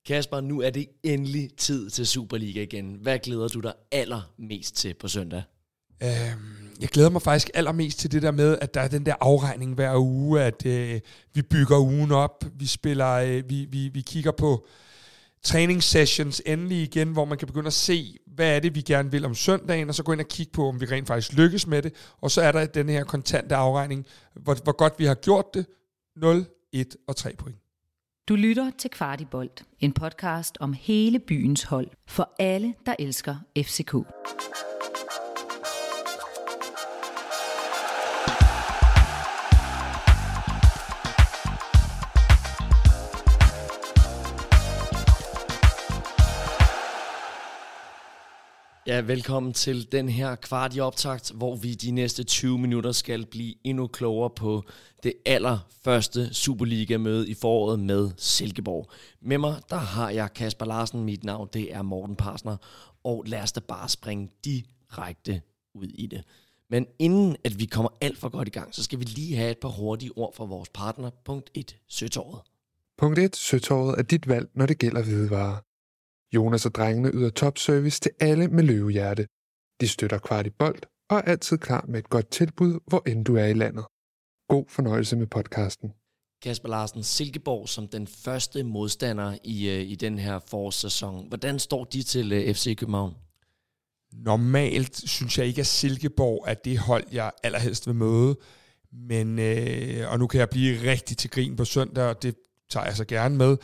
Kasper, nu er det endelig tid til Superliga igen. Hvad glæder du dig allermest til på søndag? Jeg glæder mig faktisk allermest til det der med, at der er den der afregning hver uge, at vi bygger ugen op, vi spiller, vi kigger på træningssessions endelig igen, hvor man kan begynde at se, hvad er det, vi gerne vil om søndagen, og så gå ind og kigge på, om vi rent faktisk lykkes med det. Og så er der den her kontante afregning, hvor godt vi har gjort det. 0, 1 og 3 point. Du lytter til Kvartibolt, en podcast om hele byens hold, for alle, der elsker FCK. Ja, velkommen til den her Kvarti-optakt, hvor vi de næste 20 minutter skal blive endnu klogere på det allerførste Superliga-møde i foråret med Silkeborg. Med mig, der har jeg Kasper Larsen, mit navn det er Morten Parsner, og lad os da bare springe direkte ud i det. Men inden at vi kommer alt for godt i gang, så skal vi lige have et par hurtige ord fra vores partner. Punkt 1. Søtorvet. Punkt 1. Søtorvet er dit valg, når det gælder hvidevarer. Jonas og drengene yder topservice til alle med løvehjerte. De støtter Kvartibolt og er altid klar med et godt tilbud, hvor end du er i landet. God fornøjelse med podcasten. Kasper Larsen, Silkeborg som den første modstander i den her forårssæson. Hvordan står de til FC København? Normalt synes jeg ikke, at Silkeborg er det hold, jeg allerhelst vil møde. Men, og nu kan jeg blive rigtig til grin på søndag, og det tager jeg så gerne med.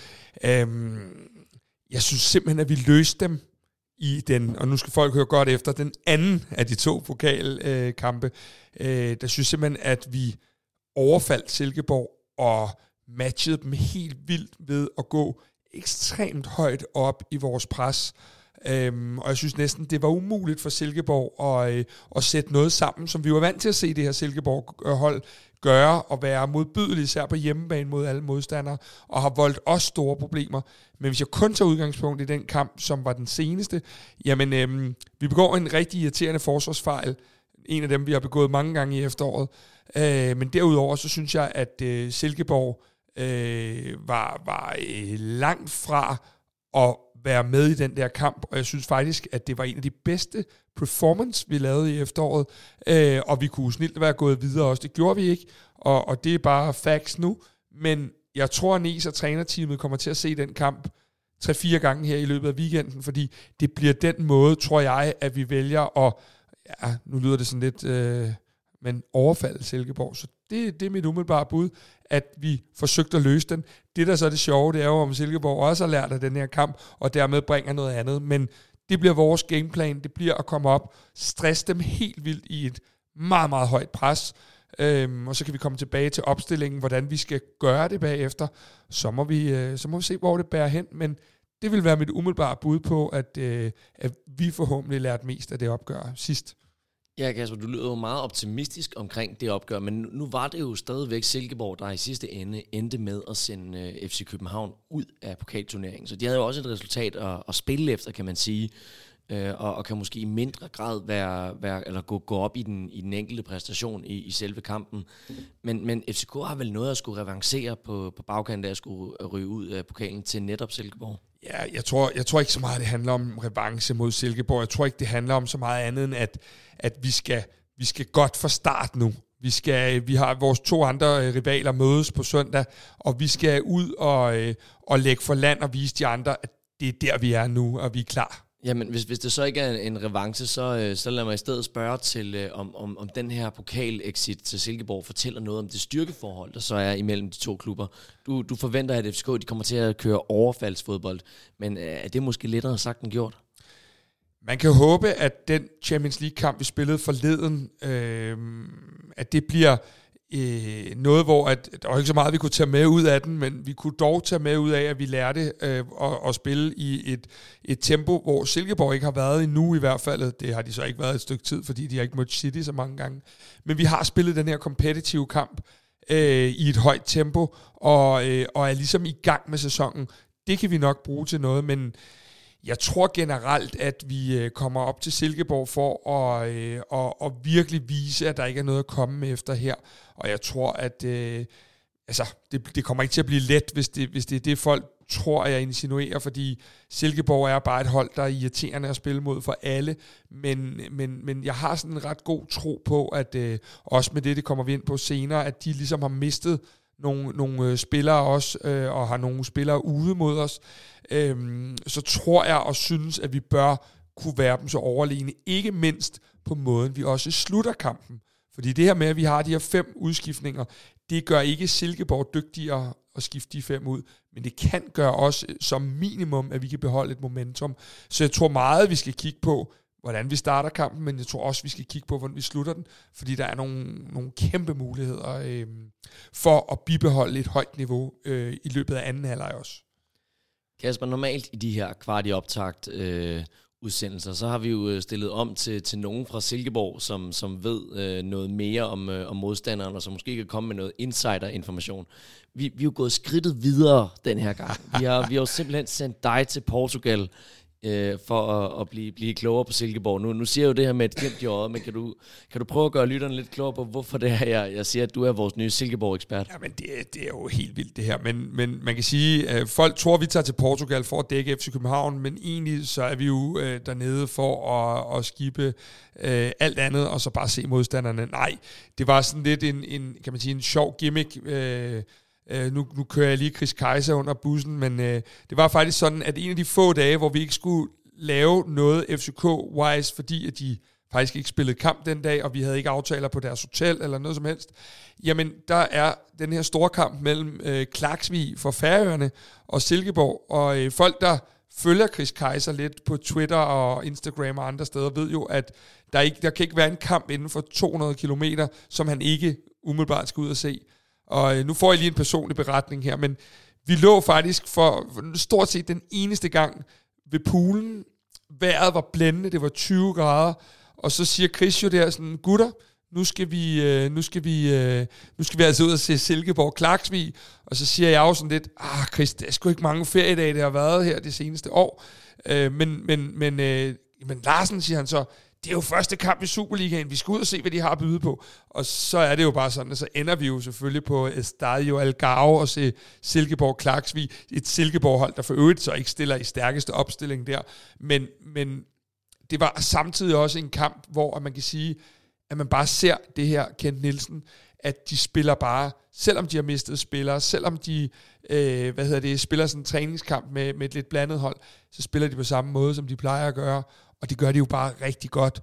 Jeg synes simpelthen, at vi løste dem i den, og nu skal folk høre godt efter, den anden af de 2 pokalkampe. Der synes simpelthen, at vi overfaldt Silkeborg og matchede dem helt vildt ved at gå ekstremt højt op i vores pres. Og jeg synes næsten, det var umuligt for Silkeborg at sætte noget sammen, som vi var vant til at se det her Silkeborg-hold gøre og være modbydelige, især på hjemmebane mod alle modstandere, og har voldt os store problemer. Men hvis jeg kun tager udgangspunkt i den kamp, som var den seneste, jamen, vi begår en rigtig irriterende forsvarsfejl. En af dem, vi har begået mange gange i efteråret. Men derudover, så synes jeg, at Silkeborg var langt fra at være med i den der kamp, og jeg synes faktisk, at det var en af de bedste performance, vi lavede i efteråret, og vi kunne snilt være gået videre også. Det gjorde vi ikke, og det er bare facts nu, men jeg tror, at Nies og trænerteamet kommer til at se den kamp 3-4 gange her i løbet af weekenden, fordi det bliver den måde, tror jeg, at vi vælger at, ja, nu lyder det sådan lidt, men overfalde Silkeborg, så det er mit umiddelbare bud, at vi forsøgte at løse den. Det, der så er det sjove, det er jo, om Silkeborg også har lært af den her kamp, og dermed bringer noget andet. Men det bliver vores gameplan. Det bliver at komme op, stresse dem helt vildt i et meget, meget højt pres. Og så kan vi komme tilbage til opstillingen, hvordan vi skal gøre det bagefter. Så må vi se, hvor det bærer hen. Men det vil være mit umiddelbare bud på, at vi forhåbentlig lærte mest af det opgør sidst. Ja, Kasper, du lyder jo meget optimistisk omkring det opgør, men nu var det jo stadigvæk Silkeborg, der i sidste ende endte med at sende FC København ud af pokalturneringen. Så de havde jo også et resultat at spille efter, kan man sige, og kan måske i mindre grad eller gå op i den enkelte præstation i selve kampen. Men FCK har vel noget at skulle revancere på bagkanten, der skulle ryge ud af pokalen til netop Silkeborg. Ja, jeg tror ikke så meget, det handler om revanche mod Silkeborg. Jeg tror ikke, det handler om så meget andet end, at vi skal godt fra start nu. Vi har vores 2 andre rivaler mødes på søndag, og vi skal ud og lægge for land og vise de andre, at det er der, vi er nu, og vi er klar. Jamen, hvis det så ikke er en revanche, så lad mig i stedet spørge til, om den her pokal-exit til Silkeborg fortæller noget om det styrkeforhold, der så er imellem de 2 klubber. Du forventer, at FCK de kommer til at køre overfaldsfodbold, men er det måske lettere sagt end gjort? Man kan håbe, at den Champions League-kamp, vi spillede forleden, at det bliver noget, hvor der var ikke så meget, vi kunne tage med ud af den, men vi kunne dog tage med ud af, at vi lærte at spille i et tempo, hvor Silkeborg ikke har været endnu i hvert fald. Det har de så ikke været et stykke tid, fordi de har ikke mødt City så mange gange. Men vi har spillet den her kompetitive kamp i et højt tempo, og er ligesom i gang med sæsonen. Det kan vi nok bruge til noget, men jeg tror generelt, at vi kommer op til Silkeborg for at virkelig vise, at der ikke er noget at komme efter her. Og jeg tror, at det kommer ikke til at blive let, hvis det er det, folk tror jeg insinuerer, fordi Silkeborg er bare et hold, der er irriterende at spille mod for alle, men jeg har sådan en ret god tro på, at også med det kommer vi ind på senere, at de ligesom har mistet nogle spillere også, og har nogle spillere ude mod os, så tror jeg og synes, at vi bør kunne være dem så overlegne, ikke mindst på måden, vi også slutter kampen. Fordi det her med, at vi har de her 5 udskiftninger, det gør ikke Silkeborg dygtigere at skifte de 5 ud, men det kan gøre os som minimum, at vi kan beholde et momentum. Så jeg tror meget, vi skal kigge på, hvordan vi starter kampen, men jeg tror også, vi skal kigge på, hvordan vi slutter den, fordi der er nogle kæmpe muligheder for at bibeholde et højt niveau i løbet af anden halvleg også. Kasper, normalt i de her kvart-i-optakt udsendelser, så har vi jo stillet om til nogen fra Silkeborg, som ved noget mere om modstanderen, og som måske kan komme med noget insider-information. Vi er jo gået skridtet videre den her gang. Vi har jo simpelthen sendt dig til Portugal for at blive klogere på Silkeborg. Nu siger jeg jo det her med et glimt i øjet, men kan du prøve at gøre lytterne lidt klogere på, hvorfor det er, jeg siger, at du er vores nye Silkeborg-ekspert? Jamen, det er jo helt vildt det her, men man kan sige, at folk tror, at vi tager til Portugal for at dække FC København, men egentlig så er vi jo dernede for at skippe alt andet, og så bare se modstanderne. Nej, det var sådan lidt kan man sige, en sjov gimmick. Nu kører jeg lige Chris Kaiser under bussen, men det var faktisk sådan, at en af de få dage, hvor vi ikke skulle lave noget FCK-wise, fordi at de faktisk ikke spillede kamp den dag, og vi havde ikke aftaler på deres hotel eller noget som helst, jamen der er den her store kamp mellem Klaksvik for Færøerne og Silkeborg, og folk, der følger Chris Kaiser lidt på Twitter og Instagram og andre steder, ved jo, at der kan ikke være en kamp inden for 200 kilometer, som han ikke umiddelbart skal ud og se. Og nu får jeg lige en personlig beretning her, men vi lå faktisk for stort set den eneste gang ved poolen. Vejret var blændende, det var 20 grader, og så siger Chris jo der sådan, gutter, nu skal vi altså ud og se Silkeborg Klaksvik, og så siger jeg jo sådan lidt, Chris, det er sgu ikke mange feriedage, det har været her det seneste år, men Larsen, siger han så, det er jo første kamp i Superligaen, vi skal ud og se, hvad de har at byde på. Og så er det jo bare sådan, at så ender vi jo selvfølgelig på Estadio Algarve og se Silkeborg Klaksvik. Et Silkeborg-hold, der for øvrigt så ikke stiller i stærkeste opstilling der. Men det var samtidig også en kamp, hvor man kan sige, at man bare ser det her Kent Nielsen, at de spiller bare, selvom de har mistet spillere, selvom de spiller sådan en træningskamp med et lidt blandet hold, så spiller de på samme måde, som de plejer at gøre, og det gør de jo bare rigtig godt.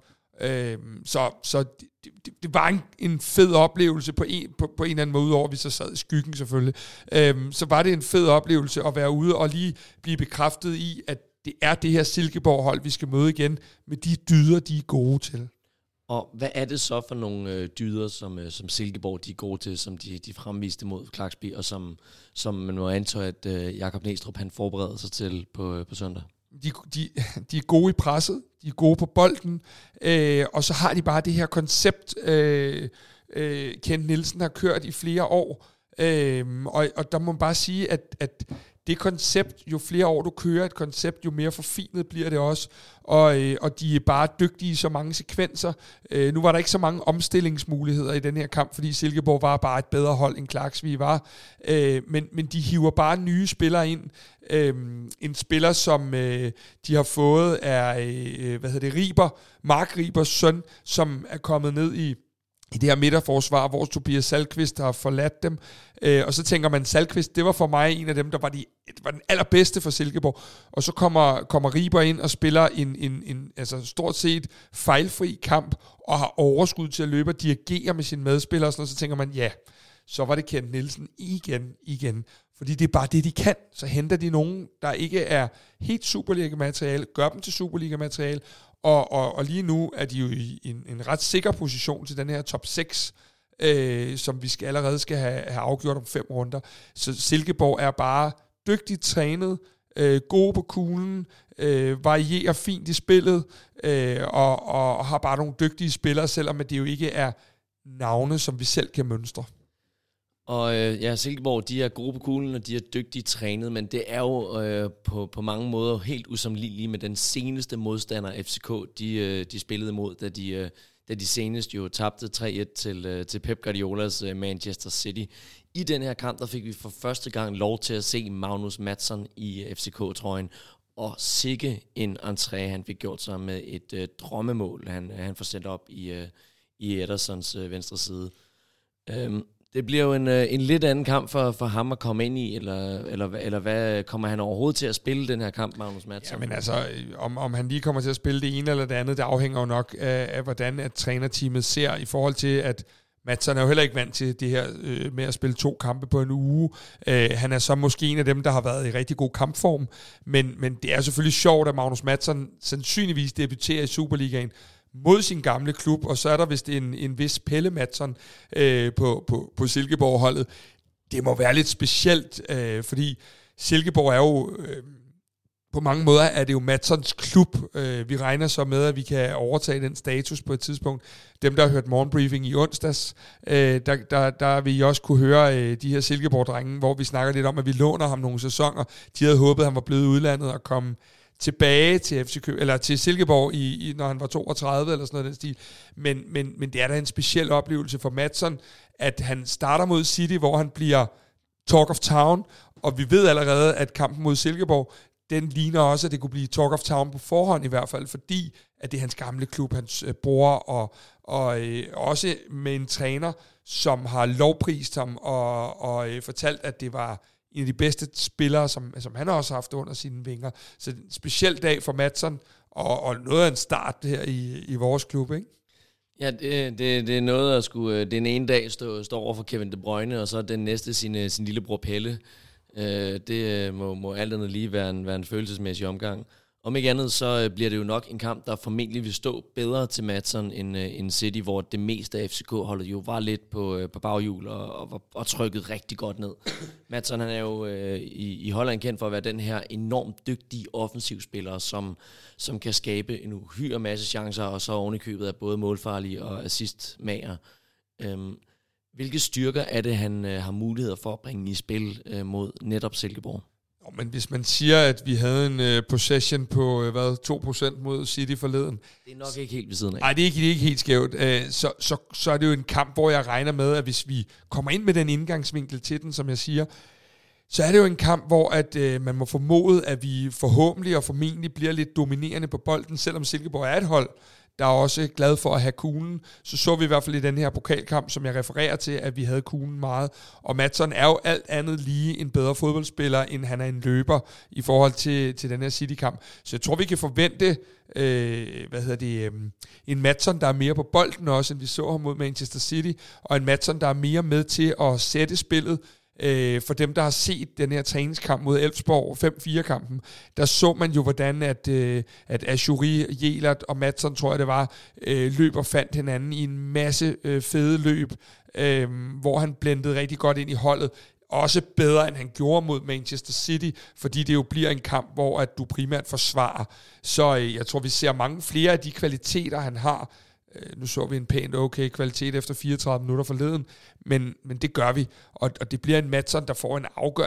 Så det var en fed oplevelse på en eller anden måde, udover vi så sad i skyggen selvfølgelig. Så var det en fed oplevelse at være ude og lige blive bekræftet i, at det er det her Silkeborg-hold, vi skal møde igen, med de dyder, de er gode til. Og hvad er det så for nogle dyder, som Silkeborg de er gode til, som de fremviste mod Klaksvik, og som man må antage, at Jakob Næstrup han forbereder sig til på søndag? De er gode i presset, de er gode på bolden, og så har de bare det her koncept, Kent Nielsen har kørt i flere år, og der må man bare sige, at det koncept, jo flere år du kører et koncept, jo mere forfinet bliver det også, og de er bare dygtige i så mange sekvenser. Nu var der ikke så mange omstillingsmuligheder i den her kamp, fordi Silkeborg var bare et bedre hold, end Klaksvik var, men de hiver bare nye spillere ind. En spiller, som de har fået, er Riber, Mark Ribers søn, som er kommet ned i det her midterforsvar, hvor Tobias Salkvist har forladt dem. Og så tænker man, Salkvist, det var for mig en af dem, der var den allerbedste for Silkeborg. Og så kommer Riber ind og spiller en altså stort set fejlfri kamp, og har overskud til at løbe og dirigere med sine medspillere. Og sådan noget. Så tænker man, ja, så var det Kent Nielsen igen. Fordi det er bare det, de kan. Så henter de nogen, der ikke er helt Superliga-materiale, gør dem til Superliga-materiale, og lige nu er de jo i en ret sikker position til den her top 6, som vi allerede skal have afgjort om 5 runder. Så Silkeborg er bare dygtigt trænet, gode på kuglen, varierer fint i spillet, og har bare nogle dygtige spillere, selvom det jo ikke er navne, som vi selv kan mønstre. Og Silkeborg, de er gode på kuglen, og de er dygtigt trænet, men det er jo på mange måder helt usammenligneligt med den seneste modstander, FCK, de spillede imod, da da de senest jo tabte 3-1 til Pep Guardiolas Manchester City. I den her kamp, der fik vi for første gang lov til at se Magnus Madsson i FCK-trøjen, og sikke en entré, han fik gjort sig med et drømmemål, han får sendt op i Edersons venstre side. Det bliver jo en lidt anden kamp for ham at komme ind i, eller hvad kommer han overhovedet til at spille den her kamp, Magnus Madsson? Jamen altså, om han lige kommer til at spille det ene eller det andet, det afhænger jo nok af hvordan at trænerteamet ser i forhold til, at Madsson er jo heller ikke vant til det her med at spille 2 kampe på en uge. Han er så måske en af dem, der har været i rigtig god kampform, men det er selvfølgelig sjovt, at Magnus Madsson sandsynligvis debuterer i Superligaen mod sin gamle klub, og så er der vist en vis Pelle Madsson på Silkeborg-holdet. Det må være lidt specielt, fordi Silkeborg er jo på mange måder er det jo Madssons klub. Vi regner så med, at vi kan overtage den status på et tidspunkt. Dem, der har hørt morgenbriefing i onsdags, der vil I også kunne høre de her Silkeborg-drenge, hvor vi snakker lidt om, at vi låner ham nogle sæsoner. De havde håbet, at han var blevet udlandet og komme tilbage til til Silkeborg når han var 32 eller sådan noget den stil. Men det er da en speciel oplevelse for Madsson, at han starter mod City, hvor han bliver Talk of Town, og vi ved allerede, at kampen mod Silkeborg, den ligner også, at det kunne blive Talk of Town på forhånd i hvert fald, fordi at det er hans gamle klub, hans bror, og også med en træner, som har lovprist ham og fortalt, at det var en af de bedste spillere, som han også har haft under sine vinger. Så en speciel dag for Madsson, og noget af en start her i vores klub, ikke? Ja, det er noget at skulle den ene dag stå over for Kevin De Bruyne, og så den næste sin lillebror Pelle. Det må alt andet lige være en følelsesmæssig omgang. Om ikke andet, så bliver det jo nok en kamp, der formentlig vil stå bedre til Madsson end City, hvor det meste af FCK-holdet jo var lidt på baghjul og trykket rigtig godt ned. Madsson, han er jo i Holland kendt for at være den her enormt dygtige offensivspiller, som kan skabe en uhyre masse chancer, og så oven i købet af både målfarlige og assistmager. Hvilke styrker er det, han har muligheder for at bringe i spil mod netop Silkeborg? Men hvis man siger, at vi havde en possession på 2% mod City forleden. Det er nok ikke helt ved siden af. Nej, det er ikke helt skævt. Så er det jo en kamp, hvor jeg regner med, at hvis vi kommer ind med den indgangsvinkel til den, som jeg siger, så er det jo en kamp, hvor at, man må formode, at vi forhåbentlig og formentlig bliver lidt dominerende på bolden, selvom Silkeborg er et hold, der er også glad for at have kuglen. Så vi i hvert fald i den her pokalkamp, som jeg refererer til, at vi havde kuglen meget. Og Madsson er jo alt andet lige en bedre fodboldspiller, end han er en løber i forhold til den her City-kamp. Så jeg tror, vi kan forvente en Madsson, der er mere på bolden også, end vi så ham mod Manchester City, og en Madsson, der er mere med til at sætte spillet. For dem, der har set den her træningskamp mod Elfsborg, 5-4-kampen, der så man jo, hvordan at Achouri, Jelert og Madsson, tror jeg det var, løb og fandt hinanden i en masse fede løb, hvor han blendede rigtig godt ind i holdet. Også bedre, end han gjorde mod Manchester City, fordi det jo bliver en kamp, hvor at du primært forsvarer. Så jeg tror, vi ser mange flere af de kvaliteter, han har. Nu så vi en pænt okay kvalitet efter 34 minutter forleden, men det gør vi, og det bliver en Madsson, der får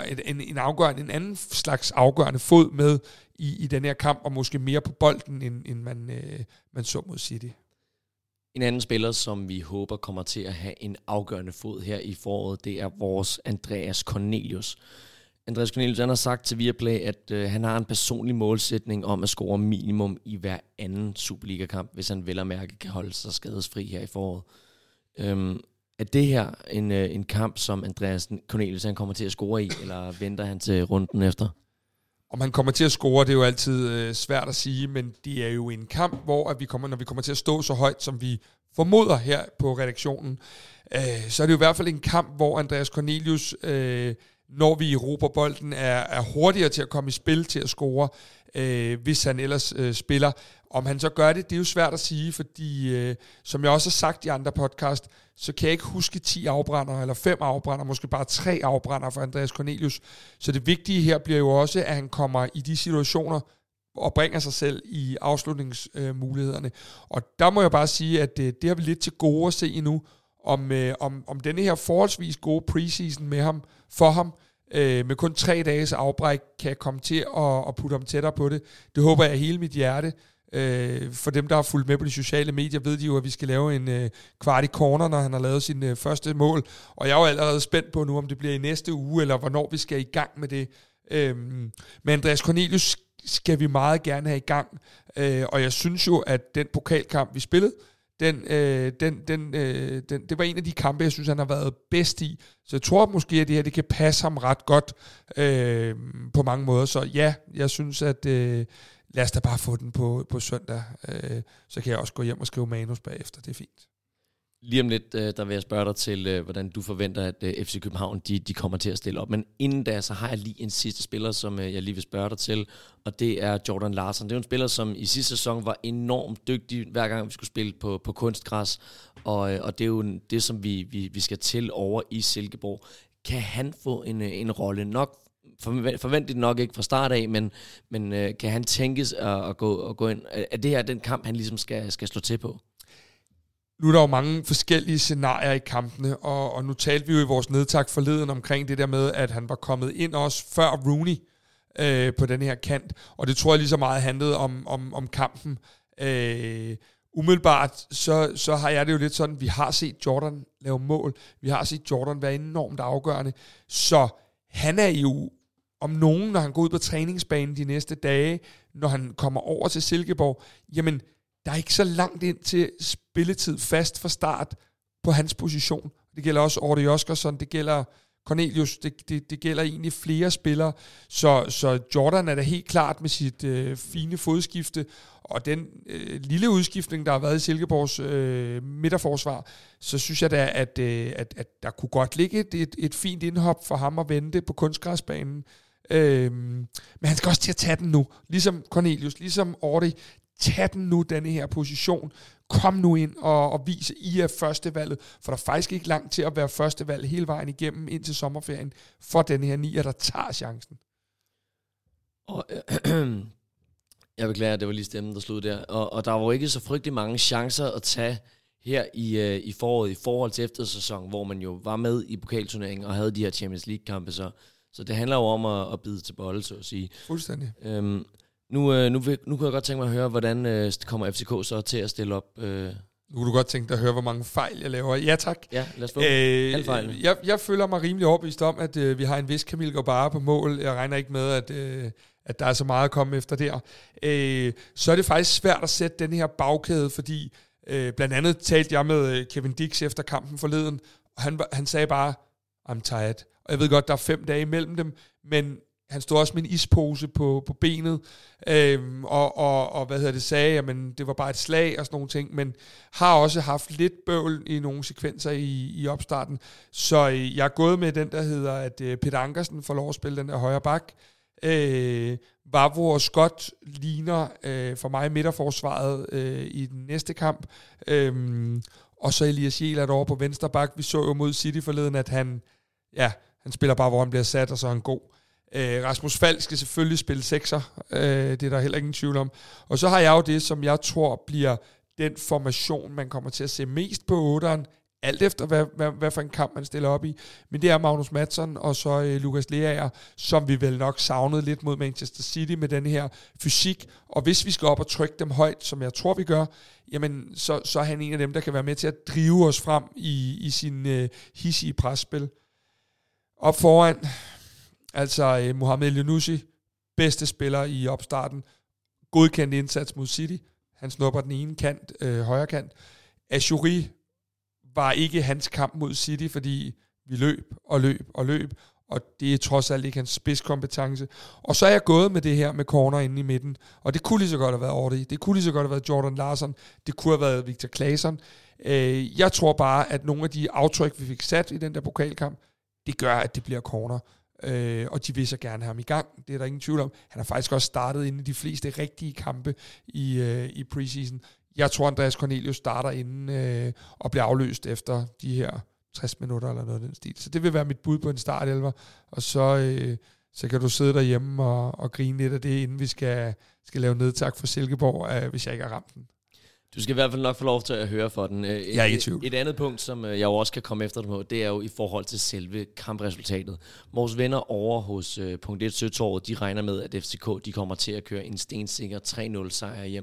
en anden slags afgørende fod med i den her kamp, og måske mere på bolden, end man så mod City. En anden spiller, som vi håber kommer til at have en afgørende fod her i foråret, det er vores Andreas Cornelius. Andreas Cornelius, han har sagt til Viaplay, at han har en personlig målsætning om at score minimum i hver anden Superliga-kamp, hvis han vel og mærke kan holde sig skadesfri her i foråret. Er det her en kamp, som Andreas Cornelius han kommer til at score i, eller venter han til runden efter? Om han kommer til at score, det er jo altid svært at sige, men det er jo en kamp, hvor at når vi kommer til at stå så højt, som vi formoder her på redaktionen, så er det jo i hvert fald en kamp, hvor Andreas Cornelius, når vi erobrer bolden, er hurtigere til at komme i spil til at score, hvis han ellers spiller. Om han så gør det, det er jo svært at sige, fordi som jeg også har sagt i andre podcast, så kan jeg ikke huske 10 afbrænder, eller 5 afbrænder, måske bare 3 afbrænder for Andreas Cornelius. Så det vigtige her bliver jo også, at han kommer i de situationer og bringer sig selv i afslutningsmulighederne. Og der må jeg bare sige, at det har vi lidt til gode at se endnu, om denne her forholdsvis gode preseason med ham, for ham, med kun 3 dages afbræk, kan jeg komme til at putte ham tættere på det. Det håber jeg hele mit hjerte. For dem, der har fulgt med på de sociale medier, ved de jo, at vi skal lave en kvart i corner, når han har lavet sin første mål. Og jeg er jo allerede spændt på nu, om det bliver i næste uge, eller hvornår vi skal i gang med det. Men Andreas Cornelius skal vi meget gerne have i gang. Og jeg synes jo, at den pokalkamp, vi spillede, det var en af de kampe, jeg synes, han har været bedst i. Så jeg tror måske, at det her det kan passe ham ret godt på mange måder. Så ja, jeg synes, at lad os da bare få den på søndag. Så kan jeg også gå hjem og skrive manus bagefter. Det er fint. Lige om lidt, der vil jeg spørge dig til, hvordan du forventer, at FC København de kommer til at stille op. Men inden da, så har jeg lige en sidste spiller, som jeg lige vil spørge dig til, og det er Jordan Larsson. Det er jo en spiller, som i sidste sæson var enormt dygtig, hver gang vi skulle spille på kunstgræs, og det er jo det, som vi skal til over i Silkeborg. Kan han få en rolle nok? Forventeligt nok ikke fra start af, men kan han tænkes at gå ind? Er det her den kamp, han ligesom skal slå til på? Nu er der jo mange forskellige scenarier i kampene, og nu talte vi jo i vores nedtak forleden omkring det der med, at han var kommet ind også før Rooney på den her kant, og det tror jeg lige så meget handlede om kampen. Umiddelbart, så har jeg det jo lidt sådan, vi har set Jordan lave mål, vi har set Jordan være enormt afgørende, så han er jo om nogen, når han går ud på træningsbanen de næste dage, når han kommer over til Silkeborg, jamen, der er ikke så langt ind til spilletid fast fra start på hans position. Det gælder også Orte Oskarsson, det gælder Cornelius, det gælder egentlig flere spillere. Så Jordan er da helt klart med sit fine fodskifte, og den lille udskiftning, der har været i Silkeborgs midterforsvar, så synes jeg da, at der kunne godt ligge et fint indhop for ham at vente på kunstgræsbanen. Men han skal også til at tage den nu, ligesom Cornelius, ligesom Orte. Tag den nu, denne her position. Kom nu ind og vise, I er førstevalget. For der er faktisk ikke langt til at være førstevalg hele vejen igennem ind til sommerferien for denne her nier, der tager chancen. Og jeg beklager, det var lige stemmen, der slog der. Og der var jo ikke så frygtelig mange chancer at tage her i foråret i forhold til eftersæsonen, hvor man jo var med i pokalturneringen og havde de her Champions League-kampe. Så det handler jo om at bide til bolle, så at sige. Fuldstændig. Nu kunne jeg godt tænke mig at høre, hvordan kommer FCK så til at stille op? Nu kunne du godt tænke dig at høre, hvor mange fejl jeg laver. Ja, tak. Ja, lad os få alle fejlene. Jeg føler mig rimelig overbevist om, at vi har en vis Camille Gabara på mål. Jeg regner ikke med, at der er så meget at komme efter der. Så er det faktisk svært at sætte den her bagkæde, fordi blandt andet talte jeg med Kevin Dix efter kampen forleden, og han sagde bare, I'm tired. Og jeg ved godt, der er 5 dage imellem dem, men han stod også med en ispose på benet, og sagde, jamen det var bare et slag og sådan nogle ting, men har også haft lidt bøvl i nogle sekvenser i opstarten. Så jeg er gået med den, der hedder, at Peter Ankersen får lov at spille den der højre bak. Vavro og Scott ligner for mig midterforsvaret i den næste kamp. Og så Elias Jelert over på venstre bak. Vi så jo mod City forleden, at han spiller bare, hvor han bliver sat, og så er han god. Rasmus Falk skal selvfølgelig spille sekser, det er der heller ingen tvivl om. Og så har jeg jo det, som jeg tror bliver den formation, man kommer til at se mest på 8'eren, alt efter hvad for en kamp man stiller op i. Men det er Magnus Madsson og så Lukas Leaer, som vi vel nok savnede lidt mod Manchester City med den her fysik. Og hvis vi skal op og trykke dem højt, som jeg tror vi gør, jamen så er han en af dem, der kan være med til at drive os frem i sin hissige presspil. Op foran, altså Mohamed Elyounousi, bedste spiller i opstarten, godkendt indsats mod City. Han snupper den ene kant, højre kant. Achouri var ikke hans kamp mod City, fordi vi løb, og det er trods alt ikke hans spidskompetence. Og så er jeg gået med det her med corner inde i midten, og det kunne lige så godt have været Orte, det kunne lige så godt have været Jordan Larsson, det kunne have været Victor Claesson. Jeg tror bare, at nogle af de aftryk, vi fik sat i den der pokalkamp, det gør, at det bliver corner. Og de vil så gerne have ham i gang. Det er der ingen tvivl om. Han har faktisk også startet inde i de fleste rigtige kampe i preseason. Jeg tror, Andreas Cornelius starter inden og bliver afløst efter de her 60 minutter eller noget af den stil. Så det vil være mit bud på en startelver. Og så kan du sidde derhjemme og grine lidt af det, inden vi skal lave nedtak for Silkeborg, hvis jeg ikke har ramt den. Du skal i hvert fald nok få lov til at høre for den. Jeg er ikke i tvivl. Et andet punkt, som jeg jo også kan komme efter dig på, det er jo i forhold til selve kampresultatet. Vores venner over hos Punkt 1 Søtorvet, de regner med, at FCK de kommer til at køre en stensikker 3-0 sejr hjem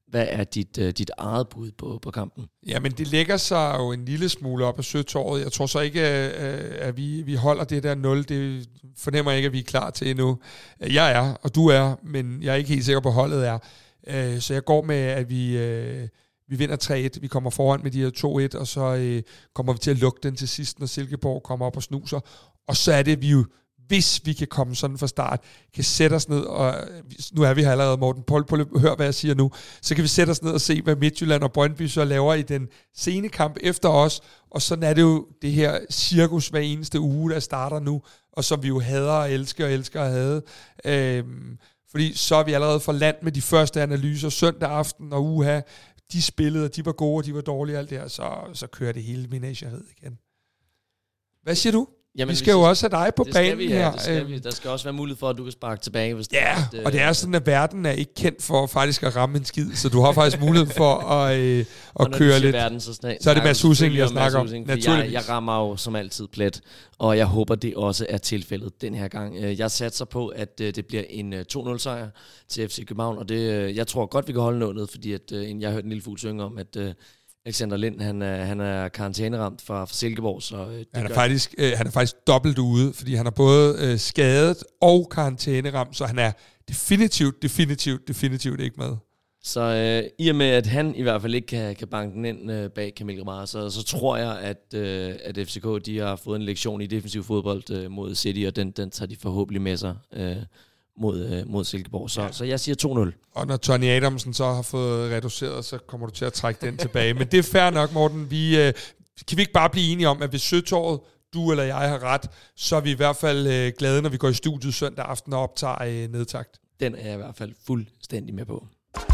Hvad er dit eget bud på kampen? Jamen, det lægger sig jo en lille smule op af Søtorvet. Jeg tror så ikke, at vi holder det der 0. Det fornemmer jeg ikke, at vi er klar til endnu. Jeg er, og du er, men jeg er ikke helt sikker på, holdet er. Så jeg går med, at vi vinder 3-1. Vi kommer foran med de her 2-1, og så kommer vi til at lukke den til sidst, når Silkeborg kommer op og snuser. Og så er det, vi jo, hvis vi kan komme sådan fra start, kan sætte os ned, og nu er vi her allerede, Morten, hør hvad jeg siger nu, så kan vi sætte os ned og se, hvad Midtjylland og Brøndby så laver i den sene kamp efter os, og sådan er det jo det her cirkus hver eneste uge, der starter nu, og som vi jo hader og elsker at have. Fordi så er vi allerede for land med de første analyser søndag aften, og de spillede, og de var gode, og de var dårlige, alt det her, så kører det hele menageriet igen. Hvad siger du? Jamen, vi skal jo også have dig på banen her. Det skal vi. Der skal også være mulighed for, at du kan sparke tilbage. Hvis og det er sådan, at verden er ikke kendt for faktisk at ramme en skid, så du har faktisk mulighed for at køre lidt. Verden, så er det Mads Husing, jeg snakker om. Jeg rammer jo som altid plet, og jeg håber, det også er tilfældet den her gang. Jeg satser på, at det bliver en 2-0-sejr til FC København, og jeg tror godt, vi kan holde noget, fordi at, jeg har hørt en lille fugl synge om, at Alexander Lind, han er karantæneramt fra Silkeborg, så han er faktisk dobbelt ude, fordi han er både skadet og karantæneramt, så han er definitivt ikke med. Så i og med, at han i hvert fald ikke kan banke den ind bag Kamil Gramara, så tror jeg, at FCK de har fået en lektion i defensiv fodbold mod City, og den tager de forhåbentlig med sig mod Silkeborg. Så jeg siger 2-0. Og når Tony Adamsen så har fået reduceret, så kommer du til at trække den tilbage. Men det er fair nok, Morten. Kan vi ikke bare blive enige om, at hvis Søtorvet, du eller jeg har ret, så er vi i hvert fald glade, når vi går i studiet søndag aften og optager nedtakt. Den er jeg i hvert fald fuldstændig med på.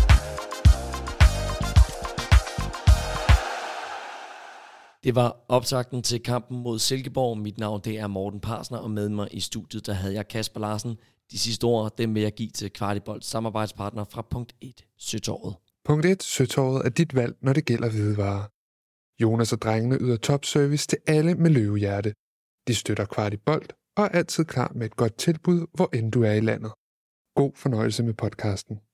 Det var optakten til kampen mod Silkeborg. Mit navn det er Morten Parsner, og med mig i studiet der havde jeg Kasper Larsen. De sidste ord, dem vil jeg give til Kvartibolt samarbejdspartner fra Punkt 1, Søtorvet. Punkt 1, Søtorvet er dit valg, når det gælder hvidevarer. Jonas og drengene yder topservice til alle med løvehjerte. De støtter Kvartibolt og er altid klar med et godt tilbud, hvor end du er i landet. God fornøjelse med podcasten.